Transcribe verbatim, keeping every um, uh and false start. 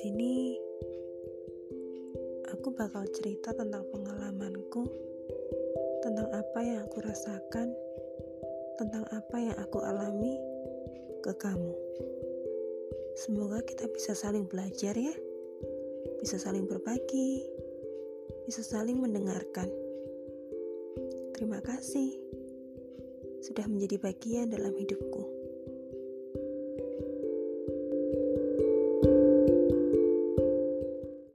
sini aku bakal cerita tentang pengalamanku, tentang apa yang aku rasakan, tentang apa yang aku alami ke kamu. Semoga kita bisa saling belajar ya, bisa saling berbagi, bisa saling mendengarkan. Terima kasih sudah menjadi bagian dalam hidupku.